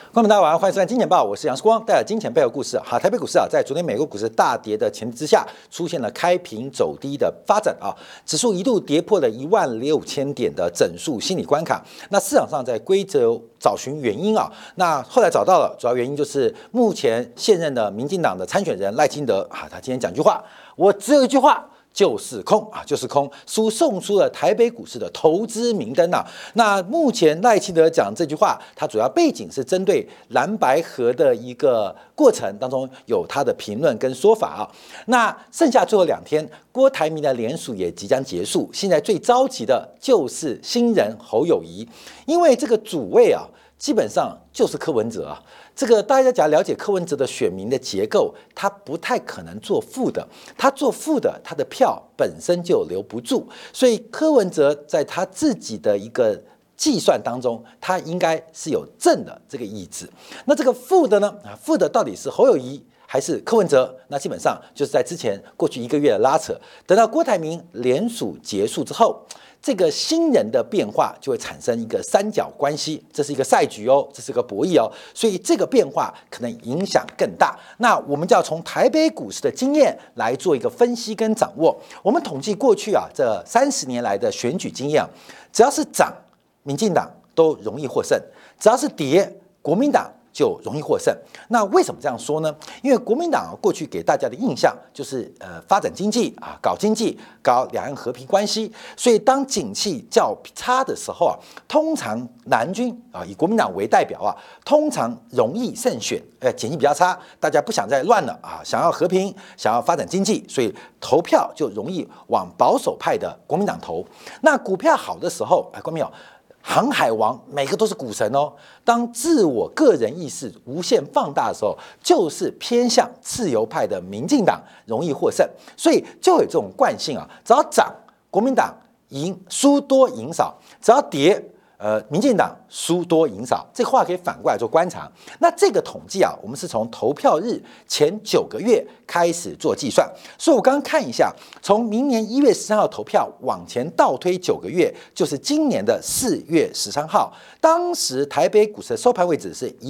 观众大家晚上好，欢迎收看《金钱报》，我是杨世光，带来金钱背后故事。好，台北股市在昨天美国股市大跌的前提之下，出现了开平走低的发展指数一度跌破了16000点的整数心理关卡。那市场上在规则找寻原因那后来找到了，主要原因就是目前现任的民进党的参选人赖清德他今天讲句话，我只有一句话。就是空就是空，送出了台北股市的投资明灯那目前赖清德讲这句话，他主要背景是针对蓝白合的一个过程当中有他的评论跟说法那剩下最后2天，郭台铭的联署也即将结束，现在最着急的就是新人侯友宜，因为这个主位基本上就是柯文哲这个大家假如了解柯文哲的选民的结构，他不太可能做负的，他做负的，他的票本身就留不住，所以柯文哲在他自己的一个计算当中，他应该是有正的这个意志。那这个负的呢？负的到底是侯友宜还是柯文哲？那基本上就是在之前过去1个月的拉扯，等到郭台铭联署结束之后。这个新人的变化就会产生一个三角关系，这是一个赛局这是个博弈所以这个变化可能影响更大。那我们就要从台北股市的经验来做一个分析跟掌握。我们统计过去这30年来的选举经验只要是涨，民进党都容易获胜；只要是跌，国民党就容易获胜。那为什么这样说呢？因为国民党过去给大家的印象就是发展经济搞经济，搞两岸和平关系。所以当景气较差的时候通常蓝军以国民党为代表通常容易胜选。景气比较差，大家不想再乱了想要和平，想要发展经济，所以投票就容易往保守派的国民党投。那股票好的时候，观众朋友。航海王每个都是股神当自我个人意识无限放大的时候，就是偏向自由派的民进党容易获胜，所以就有这种惯性只要涨，国民党输多赢少；只要跌，民进党输多赢少。这话可以反过来做观察。那这个统计我们是从投票日前9个月开始做计算，所以我刚刚看一下，从明年1月13号投票往前倒推9个月，就是今年的4月13号，当时台北股市的收盘位置是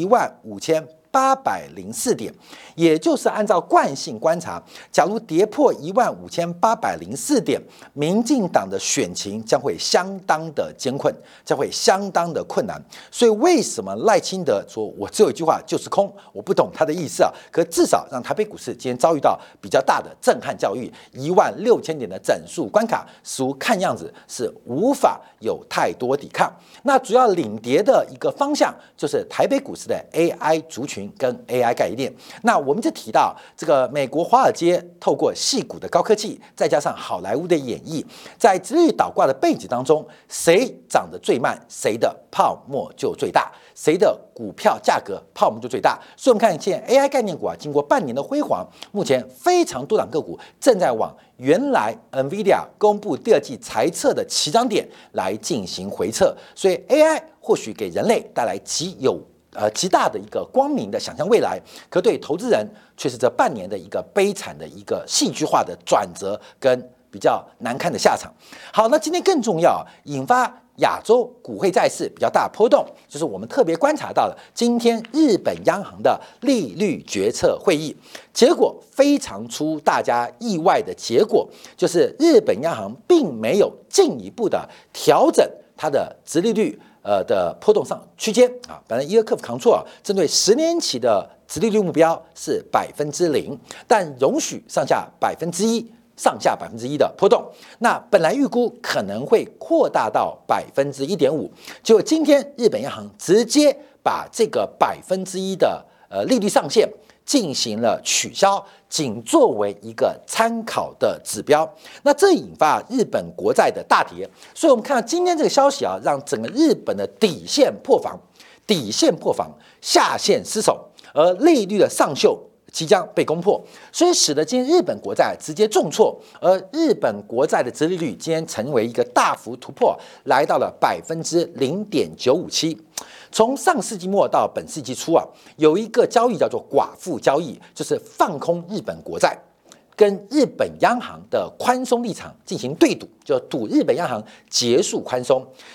15804点，也就是按照惯性观察，假如跌破15804点，民进党的选情将会相当的艰困，将会相当的困难。所以为什么赖清德说我只有一句话就是空？我不懂他的意思可至少让台北股市今天遭遇到比较大的震撼教育，16000点的整数关卡，似乎看样子是无法有太多抵抗。那主要领跌的一个方向就是台北股市的 AI 族群跟 AI 概念。那我们就提到这个美国华尔街透过矽谷的高科技，再加上好莱坞的演绎，在殖利率倒挂的背景当中，谁涨得最慢，谁的泡沫就最大，谁的股票价格泡沫就最大。所以我们看见 AI 概念股经过半年的辉煌，目前非常多档个股正在往原来 NVIDIA 公布第2季财测的起涨点来进行回测，所以 AI 或许给人类带来极大的一个光明的想象未来，可对投资人却是这半年的一个悲惨的一个戏剧化的转折跟比较难看的下场。好，那今天更重要，引发亚洲股汇债市比较大的波动，就是我们特别观察到的今天日本央行的利率决策会议，结果非常出大家意外的结果，就是日本央行并没有进一步的调整它的殖利率的波动上区间本来yield curve control针对10年期的殖利率目标是0%，但容许上下1%的波动。那本来预估可能会扩大到1.5%，结果今天日本央行直接把这个1%的利率上限进行了取消，仅作为一个参考的指标。那这引发日本国债的大跌，所以我们看到今天这个消息让整个日本的底线破防，下限失守，而利率的上限即将被攻破，所以使得今天日本国债直接重挫，而日本国债的殖利率今天成为一个大幅突破，来到了0.957%。从上世纪末到本世纪初有一个交易叫做寡妇交易，就是放空日本国债，跟日本央行的宽松立场进行对赌，就赌日本央行结束宽松。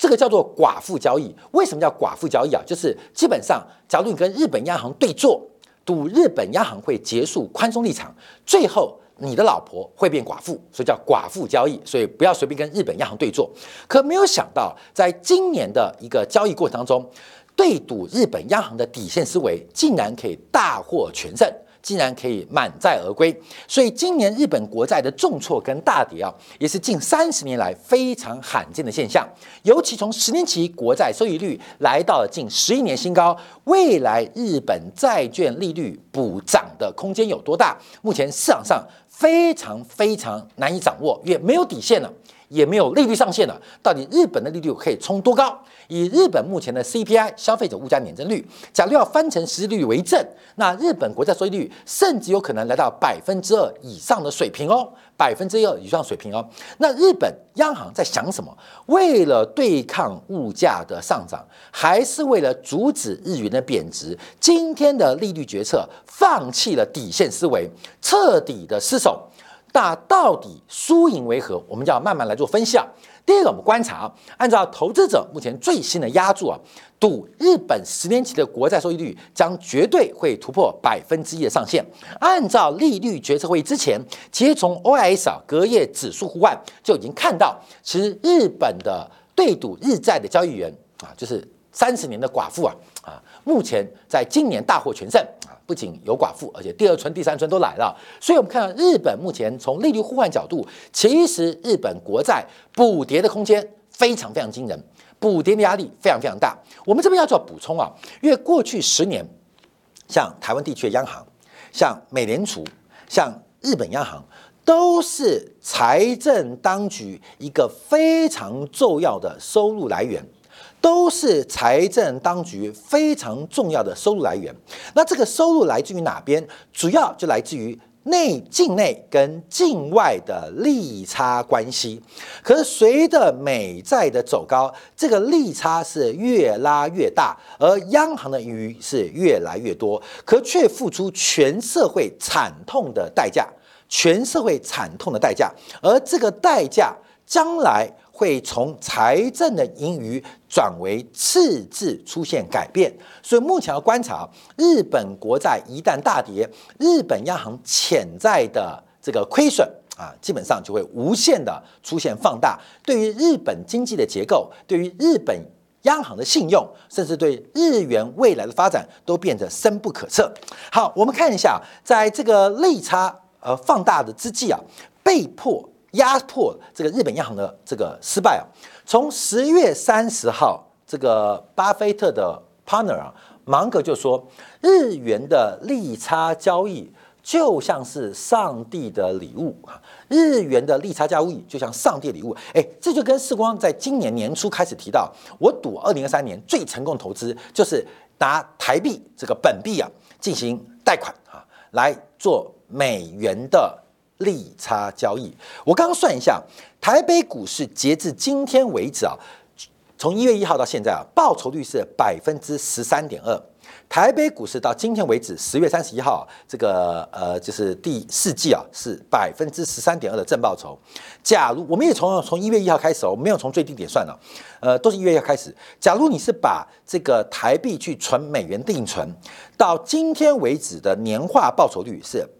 这个叫做寡妇交易。为什么叫寡妇交易啊？就是基本上，假如你跟日本央行对坐，赌日本央行会结束宽松立场，最后你的老婆会变寡妇，所以叫寡妇交易。所以不要随便跟日本央行对坐。可没有想到，在今年的一个交易过程当中，对赌日本央行的底线思维竟然可以大获全胜，竟然可以满载而归。所以今年日本国债的重挫跟大跌啊，也是近30年来非常罕见的现象。尤其从10年期国债收益率来到了近11年新高，未来日本债券利率补涨的空间有多大？目前市场上非常难以掌握，因为没有底线了，也没有利率上限了。到底日本的利率可以冲多高？以日本目前的 CPI 消费者物价年增率，假如要翻成实际率为正，那日本国债收益率甚至有可能来到2%以上的水平哦，2%以上水平哦。那日本央行在想什么？为了对抗物价的上涨，还是为了阻止日元的贬值？今天的利率决策放弃了底线思维，彻底的失守。那到底输赢为何？我们就要慢慢来做分析啊。第一个，我们观察按照投资者目前最新的押注啊，赌日本10年期的国债收益率将绝对会突破1%的上限。按照利率决策会议之前，其实从 OIS 隔夜指数互换就已经看到，其实日本的对赌日债的交易员啊，就是30年的寡妇目前在今年大获全胜啊，不仅有寡妇，而且第2春、第3春都来了。所以我们看到日本目前从利率互换角度，其实日本国债补跌的空间非常惊人，补跌的压力非常大。我们这边要做补充啊，因为过去10年，像台湾地区的央行、像美联储、像日本央行，都是财政当局一个非常重要的收入来源。都是财政当局非常重要的收入来源。那这个收入来自于哪边？主要就来自于境内跟境外的利差关系。可是随着美债的走高，这个利差是越拉越大，而央行的盈余是越来越多，可却付出全社会惨痛的代价。而这个代价将来会从财政的盈余转为赤字出现改变，所以目前要观察日本国债一旦大跌，日本央行潜在的这个亏损基本上就会无限的出现放大，对于日本经济的结构，对于日本央行的信用，甚至对日元未来的发展都变得深不可测。好，我们看一下，在这个利差放大的之际被迫压迫这个日本央行的这个失败从10月30号，这个巴菲特的 partner 芒格就说，日元的利差交易就像是上帝的礼物日元的利差交易就像上帝的礼物。这就跟世光在今年年初开始提到，我赌2023年最成功的投资就是拿台币这个本币进行贷款来做美元的利差交易。我刚刚算一下，台北股市截至今天为止从1月1号到现在报酬率是13.2%。台北股市到今天为止，10月31号，这个就是第4季是13.2%的正报酬。假如我们也从1月1号开始我们没有从最低点算都是1月1号开始。假如你是把这个台币去存美元定存，到今天为止的年化报酬率是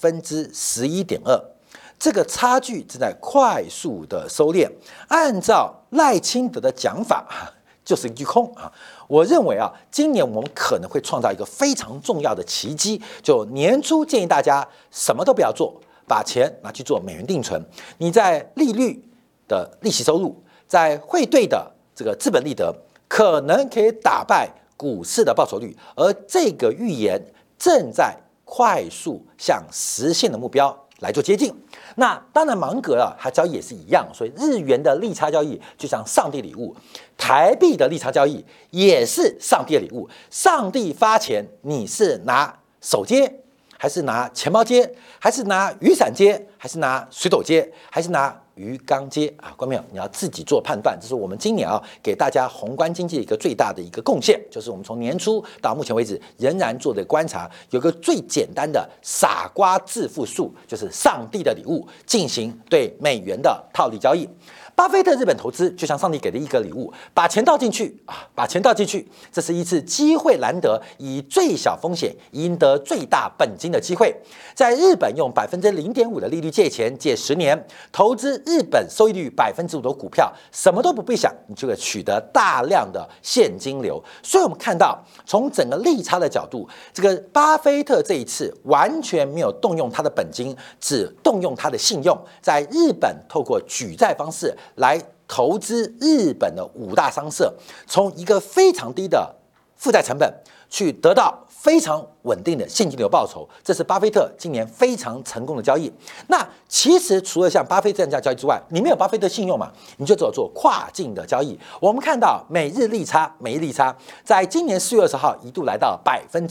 11.2%。这个差距正在快速的收敛。按照赖清德的讲法，就是一句空我认为今年我们可能会创造一个非常重要的奇迹，就年初建议大家什么都不要做，把钱拿去做美元定存。你在利率的利息收入，在汇兑的这个资本利得，可能可以打败股市的报酬率，而这个预言正在快速向实现的目标来做接近。那当然芒格他交易也是一样，所以日元的利差交易就像上帝礼物，台币的利差交易也是上帝的礼物。上帝发钱，你是拿手接，还是拿钱包接，还是拿雨伞接，还是拿水斗接，还是拿鱼缸接观众朋友，你要自己做判断。这是我们今年给大家宏观经济一个最大的一个贡献，就是我们从年初到目前为止仍然做的观察，有个最简单的傻瓜致富术，就是上帝的礼物进行对美元的套利交易。 巴菲特日本投资就像上帝给的一个礼物，把钱倒进去啊，把钱倒进去，这是一次机会难得，以最小风险赢得最大本金的机会。在日本用0.5%的利率借钱，借10年，投资日本收益率5%的股票，什么都不必想，你就会取得大量的现金流。所以我们看到，从整个利差的角度，这个巴菲特这一次完全没有动用他的本金，只动用他的信用，在日本透过举债方式来投资日本的5大商社，从一个非常低的负债成本去得到非常稳定的现金流报酬，这是巴菲特今年非常成功的交易。那其实除了像巴菲特这样交易之外，你没有巴菲特信用嘛，你就只有做跨境的交易。我们看到每日利差在今年4月20号一度来到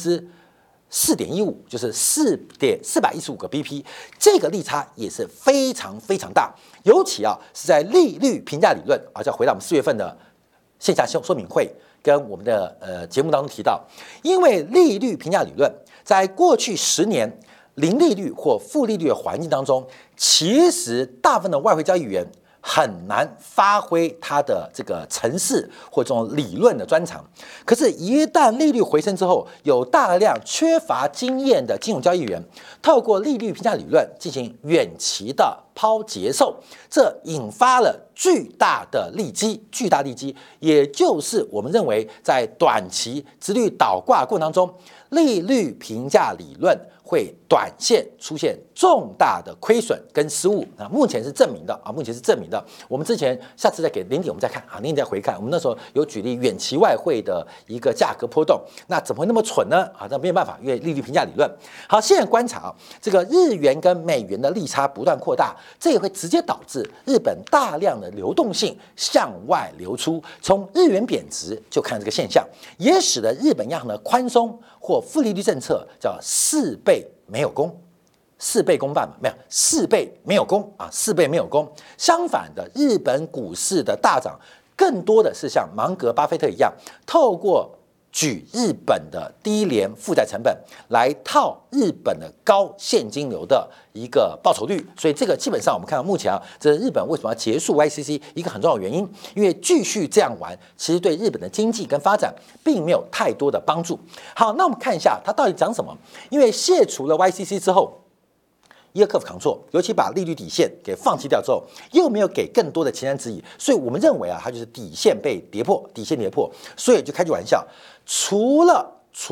4.15%，就是415个 BP， 这个利差也是非常非常大。尤其是在利率评价理论就回到我们4月份的线下说明会跟我们的节目当中提到，因为利率评价理论在过去10年零利率或负利率的环境当中，其实大部分的外汇交易员很难发挥他的这个程式或这种理论的专长。可是，一旦利率回升之后，有大量缺乏经验的金融交易员，透过利率评价理论进行远期的抛结售，这引发了巨大利基，也就是我们认为在短期殖利率倒挂过程当中，利率评价理论会短线出现重大的亏损跟失误目前是证明的我们之前下次再给0点我们再看0点再回看，我们那时候有举例远期外汇的一个价格波动，那怎么会那么蠢呢？那没有办法，因为利率评价理论。好，现在观察这个日元跟美元的利差不断扩大，这也会直接导致日本大量的流动性向外流出。从日元贬值就看这个现象，也使得日本央行的宽松或负利率政策叫事倍没有功。事倍功半嘛，没有事倍没有功事倍没有功。相反的，日本股市的大涨，更多的是像芒格、巴菲特一样，透过举日本的低廉负债成本来套日本的高现金流的一个报酬率。所以这个基本上我们看到目前这是日本为什么要结束 YCC 一个很重要的原因，因为继续这样玩，其实对日本的经济跟发展并没有太多的帮助。好，那我们看一下它到底讲什么。因为卸除了 YCC 之后，yield curve control， 尤其把利率底线给放弃掉之后，又没有给更多的前瞻指引，所以我们认为它就是底线被跌破，所以就开句玩笑，除了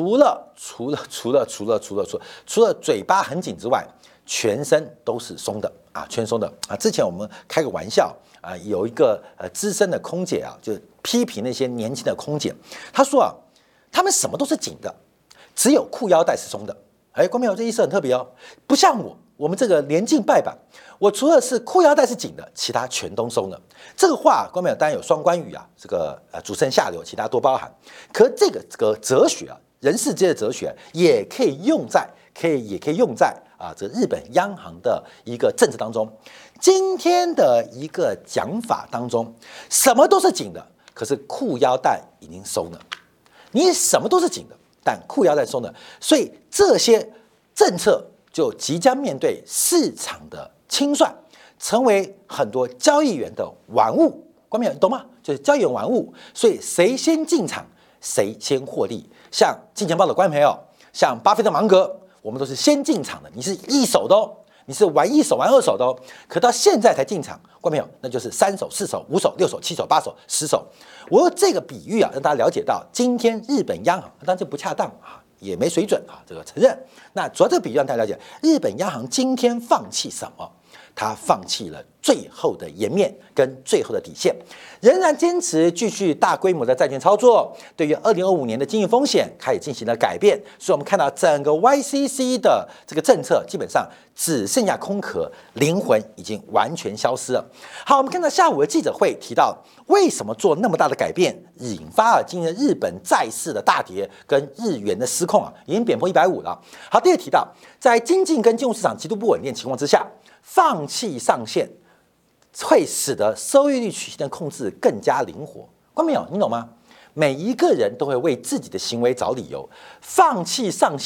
嘴巴很紧之外，全身都是松的全松的之前我们开个玩笑有一个资深的空姐就批评那些年轻的空姐，她说他们什么都是紧的，只有裤腰带是松的。观众朋友，这意思很特别不像我们这个年近拜版，我除了是裤腰带是紧的，其他全都松了。这个话，观众朋友当然有双关语这个主持人下流，其他多包涵。可这个哲学人世间的哲学也可以用在这日本央行的一个政策当中。今天的一个讲法当中，什么都是紧的，可是裤腰带已经松了。你什么都是紧的，但裤腰带松了，所以这些政策就即将面对市场的清算，成为很多交易员的玩物。观众懂吗？就是交易员玩物，所以谁先进场，谁先获利。像金钱豹的观众朋友，像巴菲特、芒格，我们都是先进场的，你是一手的你是玩一手、玩二手的可到现在才进场，观众朋友，那就是3手、4手、5手、6手、7手、8手、10手。我用这个比喻让大家了解到，今天日本央行当然这不恰当也没水准这个承认。那主要这个比喻让大家了解，日本央行今天放弃什么？他放弃了最后的颜面跟最后的底线，仍然坚持继续大规模的债券操作，对于2025年的经济风险开始进行了改变。所以我们看到整个 YCC 的这个政策基本上只剩下空壳，灵魂已经完全消失了。好，我们看到下午的记者会提到，为什么做那么大的改变，引发了今年日本债市的大跌跟日元的失控已经贬破150了。好，第二提到，在经济跟金融市场极度不稳定的情况之下，放弃上限会使得收益率曲线的控制更加灵活。观众朋友，你懂吗？每一个人都会为自己的行为找理由，放弃上限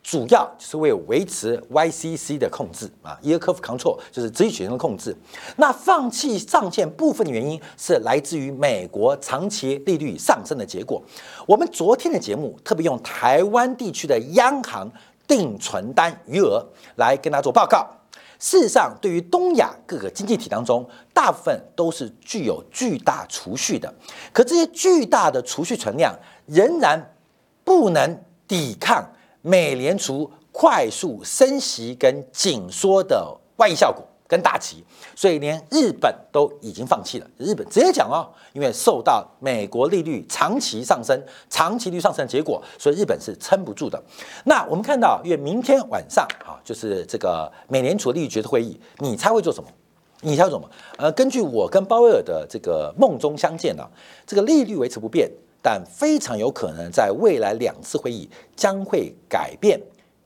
主要就是为维持 YCC 的控制啊 ，Yield Curve Control 就是殖利率曲线的控制。那放弃上限部分的原因是来自于美国长期利率上升的结果。我们昨天的节目特别用台湾地区的央行定存单余额来跟大家做报告。事实上，对于东亚各个经济体当中，大部分都是具有巨大储蓄的，可这些巨大的储蓄存量仍然不能抵抗美联储快速升息跟紧缩的外溢效果跟大旗，所以连日本都已经放弃了。日本直接讲哦，因为受到美国利率长期上升、长期利率上升的结果，所以日本是撑不住的。那我们看到，因为明天晚上啊，就是这个美联储利率决策会议，你猜会做什么？你猜什么？根据我跟鲍威尔的这个梦中相见啊，这个利率维持不变，但非常有可能在未来2次会议将会改变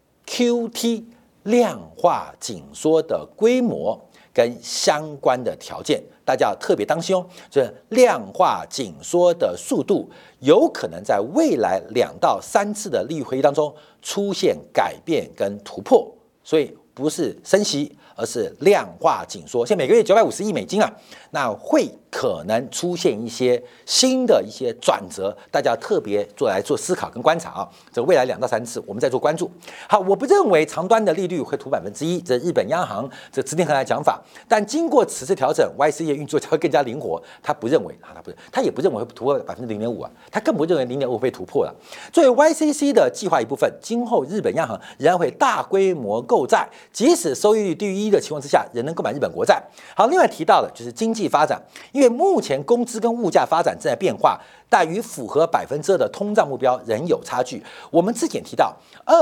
QT 量化紧缩的规模跟相关的条件，大家要特别当心哦。就是量化紧缩的速度有可能在未来2到3次的利率会议当中出现改变跟突破，所以不是升息，而是量化紧缩。现在每个月950亿美金啊，那会可能出现一些新的一些转折，大家特别做思考跟观察啊。这未来2到3次，我们再做关注。好，我不认为长端的利率会突1%，这日本央行这植田和男讲法。但经过此次调整 ，YCC 的运作将会更加灵活。他不认为啊，他也不认为会突破0.5%啊，他更不认为0.5被突破了。作为 YCC 的计划一部分，今后日本央行仍然会大规模购债，即使收益率低于1的情况之下，仍能购买日本国债。好，另外提到的就是经济发展，因为目前工资跟物价发展正在变化，但与符合2%的通胀目标仍有差距。我们之前提到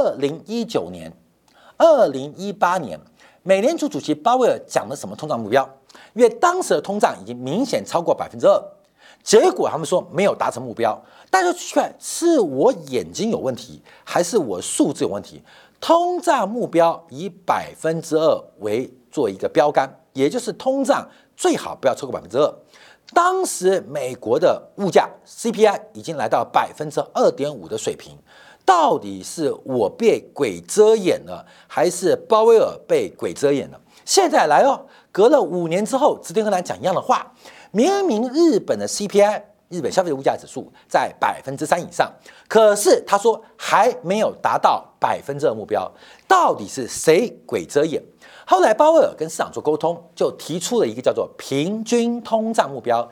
，2019年、2018年，美联储主席鲍威尔讲的什么通胀目标？因为当时的通胀已经明显超过2%，结果他们说没有达成目标。大家去看，是我眼睛有问题，还是我数字有问题？通胀目标以2%为做一个标杆，也就是通胀最好不要超过2%。当时美国的物价 CPI 已经来到2.5%的水平，到底是我被鬼遮眼了，还是鲍威尔被鬼遮眼了？现在来哦，隔了5年之后，植田和男讲一样的话，明明日本的 CPI。日本消费者物价指数在3%以上，可是他说还没有达到2%的目标，到底是谁鬼遮眼？后来鲍威尔跟市场做沟通，就提出了一个叫做平均通胀目标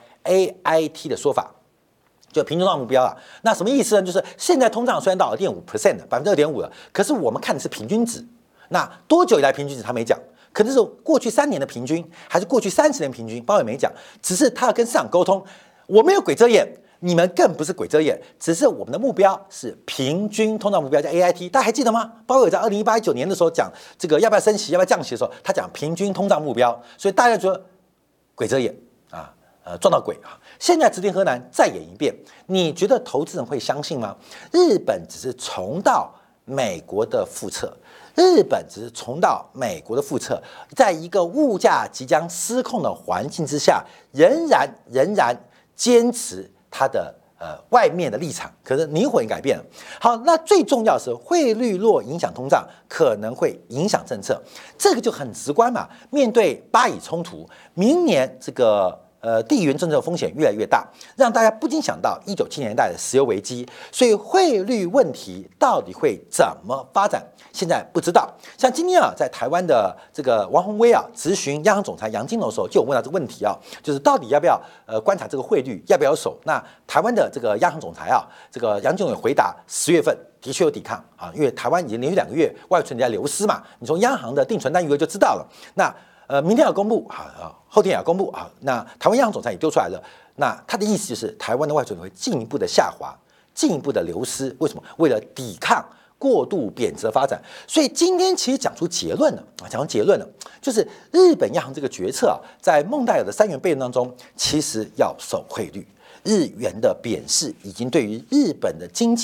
AIT 的说法，就平均通胀目标啊。那什么意思呢？就是现在通胀虽然到2.5%了，2.5%了，可是我们看的是平均值。那多久以来平均值他没讲？可能是过去3年的平均，还是过去30年平均？鲍威尔没讲，只是他要跟市场沟通。我没有鬼遮眼，你们更不是鬼遮眼，只是我们的目标是平均通胀目标叫 AIT， 大家还记得吗？鲍威尔在2018、19年的时候讲这个要不要升息、要不要降息的时候，他讲平均通胀目标，所以大家觉得鬼遮眼啊，撞到鬼啊！现在植田和男再演一遍，你觉得投资人会相信吗？日本只是重蹈美国的覆辙。日本只是重蹈美国的覆辙，在一个物价即将失控的环境之下，仍然坚持它的外面的立场，可是灵魂改变了。好，那最重要的是汇率若影响通胀，可能会影响政策，这个就很直观嘛。面对巴以冲突，明年这个地缘政治风险越来越大，让大家不禁想到1970年代的石油危机。所以汇率问题到底会怎么发展，现在不知道。像今天啊，在台湾的这个王宏威啊质询央行总裁杨金龙的时候，就有问到这个问题啊，就是到底要不要观察这个汇率，要不要守？那台湾的这个央行总裁啊，这个杨金龙也回答，10月份的确有抵抗啊，因为台湾已经连续2个月外存在流失嘛，你从央行的定存单余额就知道了。那明天要公布后天也要公布啊。那台湾央行总裁也丢出来了，那他的意思就是台湾的外存会进一步的下滑，进一步的流失。为什么？为了抵抗过度贬值的发展。所以今天其实讲出结论了啊，讲出结论了，就是日本央行这个决策啊，在孟戴尔的3元悖论当中，其实要守汇率。日元的贬势已经对于日本的经济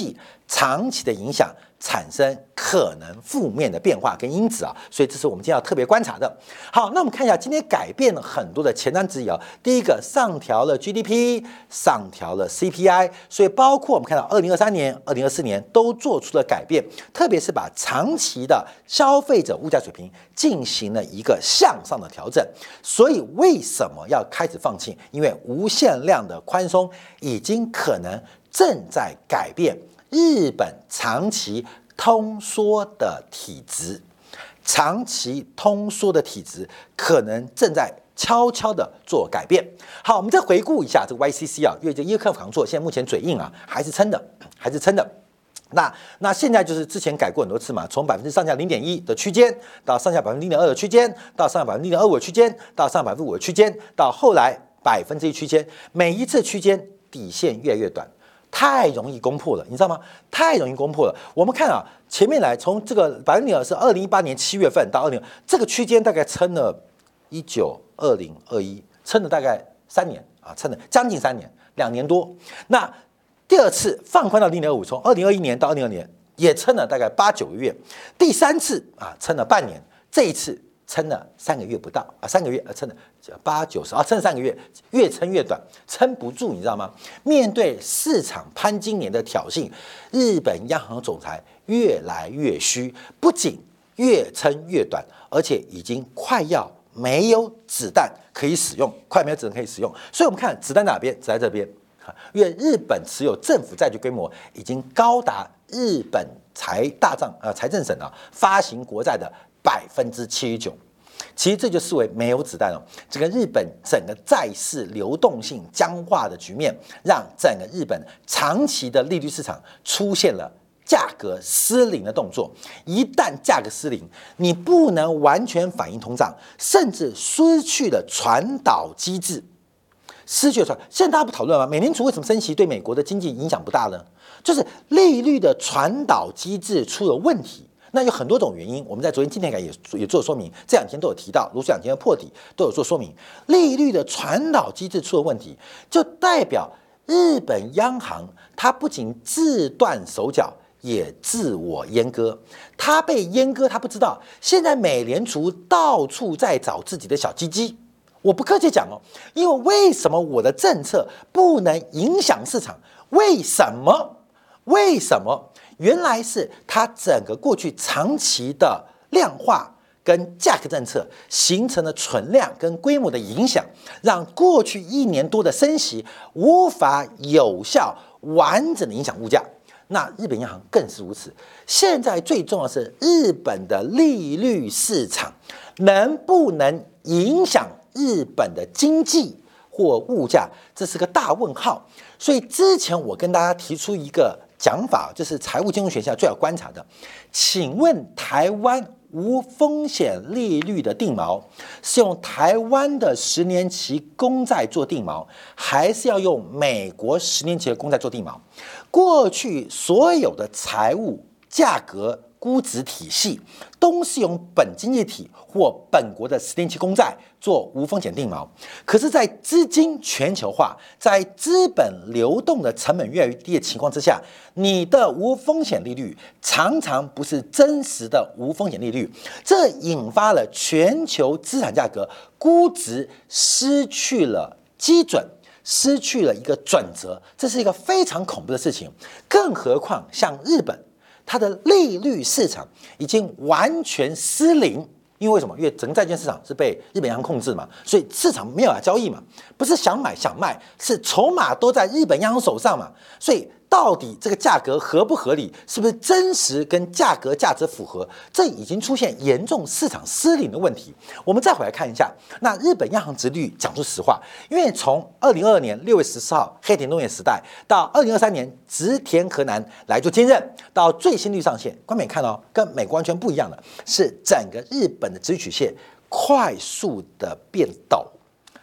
长期的影响产生可能负面的变化跟因子啊，所以这是我们今天要特别观察的。好，那我们看一下今天改变了很多的前瞻指引啊。第一个上调了 GDP， 上调了 CPI， 所以包括我们看到2023年、2024年都做出了改变，特别是把长期的消费者物价水平进行了一个向上的调整。所以为什么要开始放弃？因为无限量的宽松已经可能正在改变日本长期通缩的体质，长期通缩的体质可能正在悄悄的做改变。好，我们再回顾一下这个 YCC 啊，因为这个耶克行座现在目前嘴硬啊，还是撑的，还是撑的。那现在就是之前改过很多次嘛，从上下 0.1 的区间到上下 0.2 的区间，到上下 0.25 的区间，到上下 5% 的区间，到后来1%区间，每一次区间底线越来越短。太容易攻破了，你知道吗？太容易攻破了。我们看啊，前面来从这个0.2是2018年7月份到20，这个区间大概撑了19、20、21，撑了大概3年啊，撑了将近3年，2年多。那第二次放宽到0.25，从2021年到2022年也撑了大概8、9个月。第三次啊，撑了半年，这一次撑了3个月不到啊，3个月撑了8、9、10啊，撑了3个月，越撑越短，撑不住，你知道吗？面对市场潘金莲的挑衅，日本央行总裁越来越虚，不仅越撑越短，而且已经快要没有子弹可以使用，快没有子弹可以使用。所以我们看子弹哪边？子弹这边，因为日本持有政府债券规模已经高达日本财政省啊发行国债的79%，其实这就视为没有子弹了。这个日本整个债市流动性僵化的局面，让整个日本长期的利率市场出现了价格失灵的动作。一旦价格失灵，你不能完全反映通胀，甚至失去了传导机制。现在大家不讨论吗？美联储为什么升息对美国的经济影响不大呢？就是利率的传导机制出了问题。那有很多种原因，我们在昨天今天也做说明，这2天都有提到，如这2天的破底都有做说明。利率的传导机制出了问题，就代表日本央行它不仅自断手脚，也自我阉割。它被阉割，它不知道现在美联储到处在找自己的小鸡鸡。我不客气讲哦，因为什么我的政策不能影响市场？为什么？原来是它整个过去长期的量化跟价格政策形成了存量跟规模的影响，让过去1年多的升息无法有效完整的影响物价。那日本央行更是如此。现在最重要的是日本的利率市场能不能影响日本的经济或物价，这是个大问号。所以之前我跟大家提出一个讲法，就是财务金融学下最要观察的。请问台湾无风险利率的定锚是用台湾的10年期公债做定锚，还是要用美国10年期的公债做定锚？过去所有的财务价格估值体系都是用本经济体或本国的10年期公债做无风险定锚，可是，在资金全球化、在资本流动的成本越来越低的情况之下，你的无风险利率常常不是真实的无风险利率，这引发了全球资产价格估值失去了基准，失去了一个准则，这是一个非常恐怖的事情。更何况像日本，它的利率市场已经完全失灵。因为为什么？因为整个债券市场是被日本央行控制嘛，所以市场没有交易嘛，不是想买想卖，是筹码都在日本央行手上嘛。所以到底这个价格合不合理，是不是真实跟价格价值符合，这已经出现严重市场失灵的问题。我们再回来看一下，那日本央行殖利率讲出实话，因为从2022年6月14号黑田东彦时代到2023年植田和男来做兼任，到最新率上限，观众看到跟美国完全不一样的是，整个日本的殖利率曲线快速的变陡，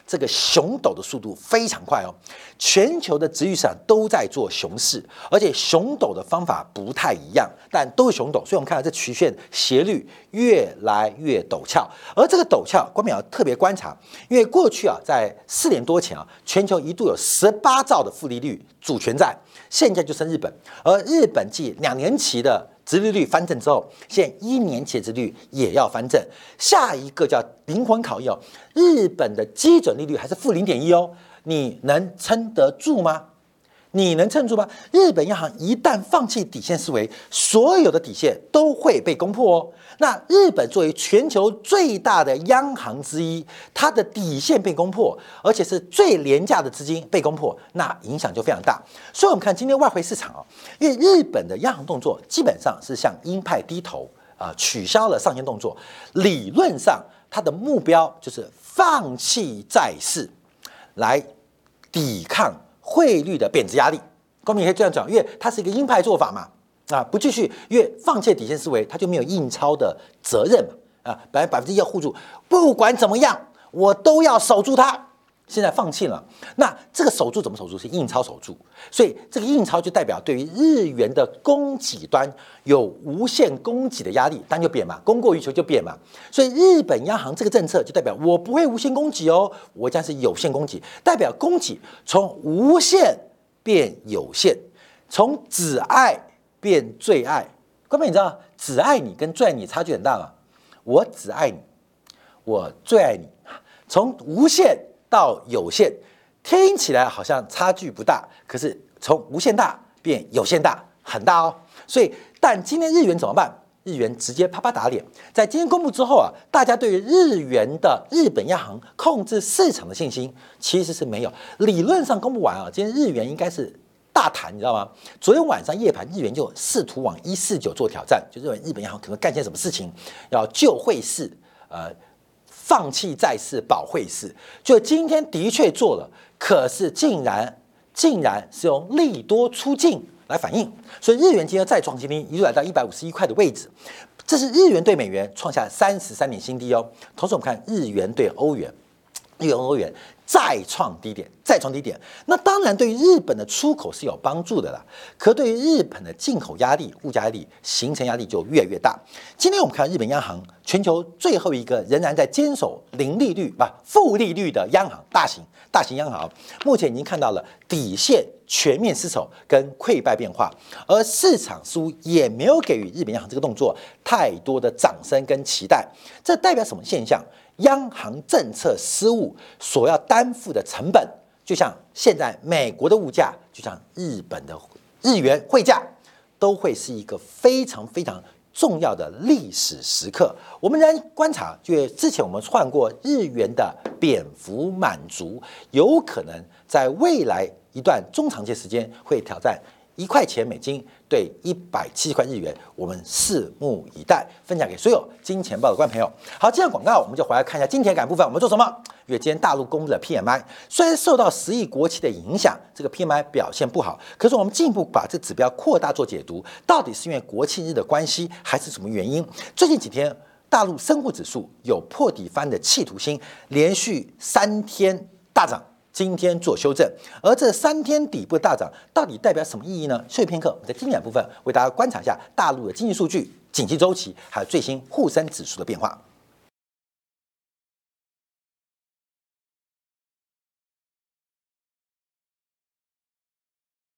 这个熊斗的速度非常快哦，全球的殖利率市场都在做熊市，而且熊斗的方法不太一样，但都是熊斗，所以我们看到这曲线斜率越来越陡峭，而这个陡峭，观众要特别观察，因为过去啊，在4年多前啊，全球一度有18兆的负利率主权债，现在就剩日本，而日本继2年期的殖利率翻正之后，现在1年期的殖利率也要翻正，下一个叫灵魂考验哦，日本的基准利率还是负0.1哦，你能撑得住吗？你能撑住吗？日本央行一旦放弃底线思维，所有的底线都会被攻破哦。那日本作为全球最大的央行之一，它的底线被攻破，而且是最廉价的资金被攻破，那影响就非常大。所以，我们看今天外汇市场啊，因为日本的央行动作基本上是向鹰派低头啊，取消了上限动作。理论上，它的目标就是放弃债市，来抵抗汇率的贬值压力。公民可以这样讲，因为它是一个鹰派做法嘛。不继续，因为放弃底线思维，它就没有印钞的责任嘛。本来1%要护住，不管怎么样，我都要守住它。现在放弃了，那这个守住怎么守住？是印钞守住，所以这个印钞就代表对于日元的供给端有无限供给的压力，当然就贬嘛，供过于求就贬嘛。所以日本央行这个政策就代表我不会无限供给哦，我将是有限供给，代表供给从无限变有限，从只爱变最爱。各位你知道只爱你跟最爱你差距很大吗？我只爱你，我最爱你，从无限到有限，听起来好像差距不大，可是从无限大变有限大，很大哦。所以，但今天日元怎么办？日元直接啪啪打脸。在今天公布之后啊，大家对于日元的日本央行控制市场的信心其实是没有。理论上公布完啊，今天日元应该是大弹，你知道吗？昨天晚上夜盘，日元就试图往149做挑战，就认为日本央行可能干些什么事情，要救汇市，放弃债市保汇市。就今天的确做了，可是竟然是用利多出尽来反映，所以日元今天再创新低，一路来到151块的位置，这是日元对美元创下33年新低哦。同时我们看日元对欧元，欧元再创低点，那当然对于日本的出口是有帮助的啦，可对于日本的进口压力、物价压力、形成压力就越来越大。今天我们看日本央行，全球最后一个仍然在坚守零利率、负利率的央行，大型央行，目前已经看到了底线全面失守跟溃败变化，而市场似乎也没有给予日本央行这个动作太多的掌声跟期待。这代表什么现象？央行政策失误所要担负的成本，就像现在美国的物价，就像日本的日元汇价，都会是一个非常非常重要的历史时刻。我们仍然观察，就之前我们换过日元的贬幅满足，有可能在未来一段中长期时间会挑战1块钱美金对170块日元，我们拭目以待。分享给所有金钱豹的观众朋友。好，接下来广告我们就回来看一下金钱感部分，我们做什么？因为今天大陆公布了 PMI， 虽然受到10亿国企的影响，这个 PMI 表现不好，可是我们进一步把这指标扩大做解读，到底是因为国庆日的关系，还是什么原因？最近几天，大陆深沪指数有破底翻的企图心，连续3天大涨。今天做修正，而这3天底部大涨到底代表什么意义呢？休息片刻，我们在经典部分为大家观察一下大陆的经济数据、景气周期，还有最新沪深指数的变化。